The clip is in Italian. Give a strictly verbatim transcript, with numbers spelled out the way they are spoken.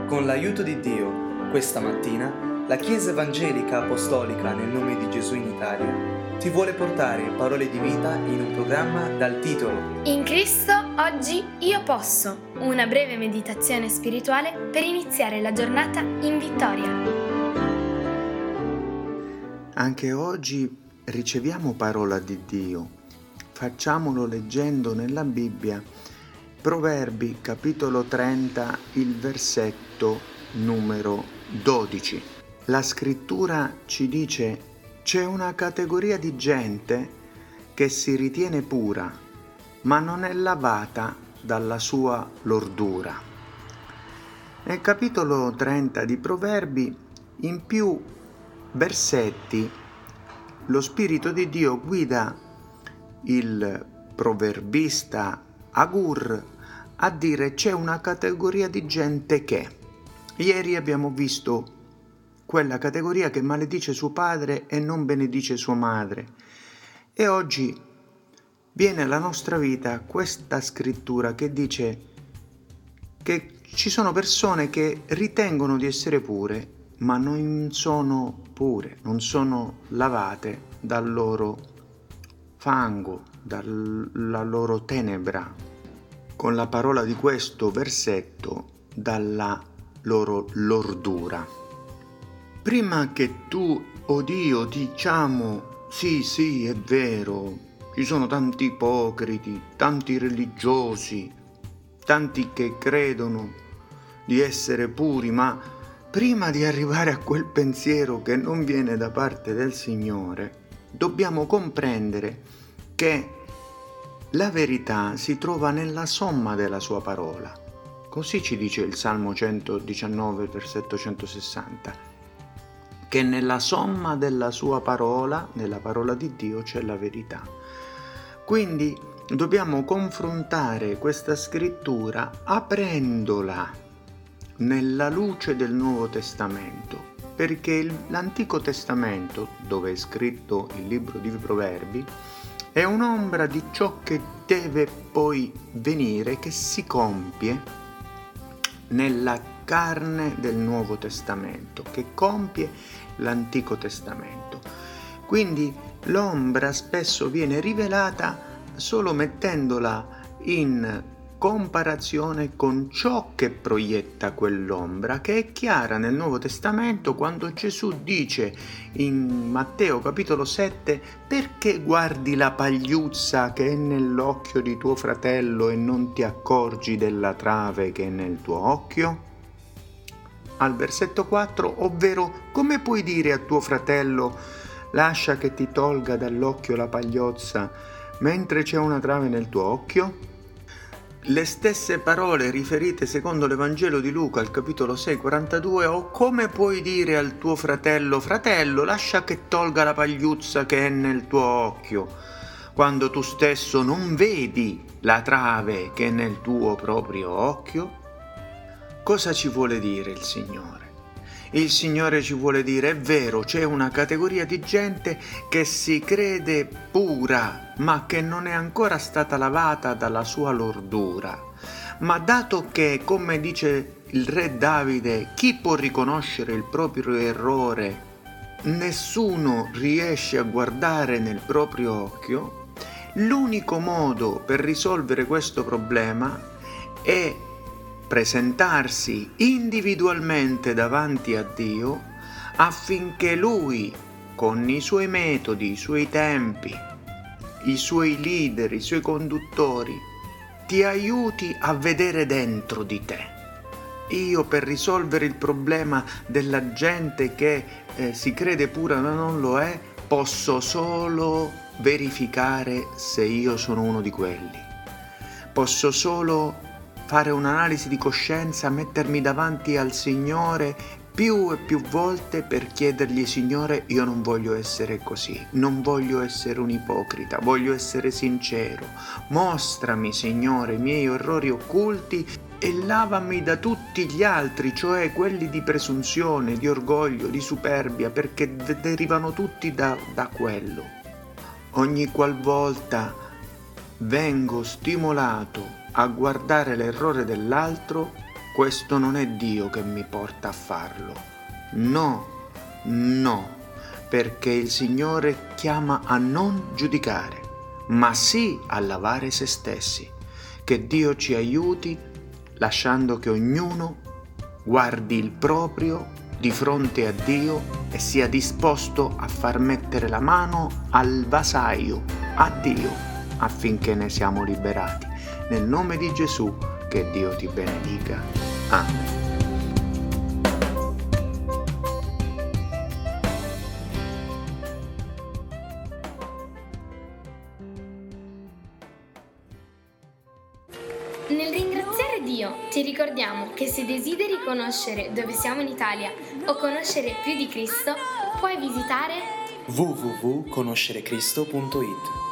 Con l'aiuto di Dio, questa mattina, la Chiesa Evangelica Apostolica nel nome di Gesù in Italia ti vuole portare parole di vita in un programma dal titolo In Cristo oggi io posso, una breve meditazione spirituale per iniziare la giornata in vittoria. Anche oggi riceviamo parola di Dio. Facciamolo leggendo nella Bibbia Proverbi capitolo trenta, il versetto numero dodici. La scrittura ci dice: c'è una categoria di gente che si ritiene pura, ma non è lavata dalla sua lordura. Nel capitolo trenta di Proverbi, in più versetti, lo Spirito di Dio guida il proverbista Agur a dire: c'è una categoria di gente che. Ieri abbiamo visto quella categoria che maledice suo padre e non benedice sua madre, e oggi viene alla nostra vita questa scrittura che dice che ci sono persone che ritengono di essere pure, ma non sono pure, non sono lavate dal loro fango, dalla loro tenebra, con la parola di questo versetto, dalla loro lordura. Prima che tu o Dio diciamo sì, sì, è vero, ci sono tanti ipocriti, tanti religiosi, tanti che credono di essere puri, ma prima di arrivare a quel pensiero che non viene da parte del Signore, dobbiamo comprendere che la verità si trova nella somma della sua parola. Così ci dice il Salmo centodiciannove, versetto centosessanta, che nella somma della sua parola, nella parola di Dio, c'è la verità. Quindi dobbiamo confrontare questa scrittura aprendola nella luce del Nuovo Testamento, perché l'Antico Testamento, dove è scritto il libro di Proverbi, è un'ombra di ciò che deve poi venire, che si compie nella carne del Nuovo Testamento, che compie l'Antico Testamento. Quindi l'ombra spesso viene rivelata solo mettendola in comparazione con ciò che proietta quell'ombra, che è chiara nel Nuovo Testamento quando Gesù dice in Matteo capitolo sette: perché guardi la pagliuzza che è nell'occhio di tuo fratello e non ti accorgi della trave che è nel tuo occhio? Al versetto quattro, ovvero come puoi dire a tuo fratello lascia che ti tolga dall'occhio la pagliozza mentre c'è una trave nel tuo occhio? Le stesse parole riferite secondo l'Evangelo di Luca al capitolo sei, quarantadue, o come puoi dire al tuo fratello fratello lascia che tolga la pagliuzza che è nel tuo occhio, quando tu stesso non vedi la trave che è nel tuo proprio occhio? Cosa ci vuole dire il Signore? Il Signore ci vuole dire: è vero, c'è una categoria di gente che si crede pura, ma che non è ancora stata lavata dalla sua lordura. Ma dato che, come dice il re Davide, chi può riconoscere il proprio errore? Nessuno riesce a guardare nel proprio occhio. L'unico modo per risolvere questo problema è presentarsi individualmente davanti a Dio affinché Lui, con i suoi metodi, i suoi tempi, i suoi leader, i suoi conduttori, ti aiuti a vedere dentro di te. Io, per risolvere il problema della gente che eh, si crede pura ma non lo è, posso solo verificare se io sono uno di quelli. Posso solo fare un'analisi di coscienza, mettermi davanti al Signore più e più volte per chiedergli: Signore, io non voglio essere così, non voglio essere un ipocrita, voglio essere sincero. Mostrami, Signore, i miei errori occulti e lavami da tutti gli altri, cioè quelli di presunzione, di orgoglio, di superbia, perché derivano tutti da, da quello. Ogni qualvolta vengo stimolato a guardare l'errore dell'altro, questo non è Dio che mi porta a farlo. No, no, perché il Signore chiama a non giudicare, ma sì a lavare se stessi. Che Dio ci aiuti, lasciando che ognuno guardi il proprio di fronte a Dio e sia disposto a far mettere la mano al vasaio, a Dio, affinché ne siamo liberati. Nel nome di Gesù, che Dio ti benedica. Amen. Nel ringraziare Dio ti ricordiamo che se desideri conoscere dove siamo in Italia o conoscere più di Cristo, puoi visitare w w w punto conoscerecristo punto i t.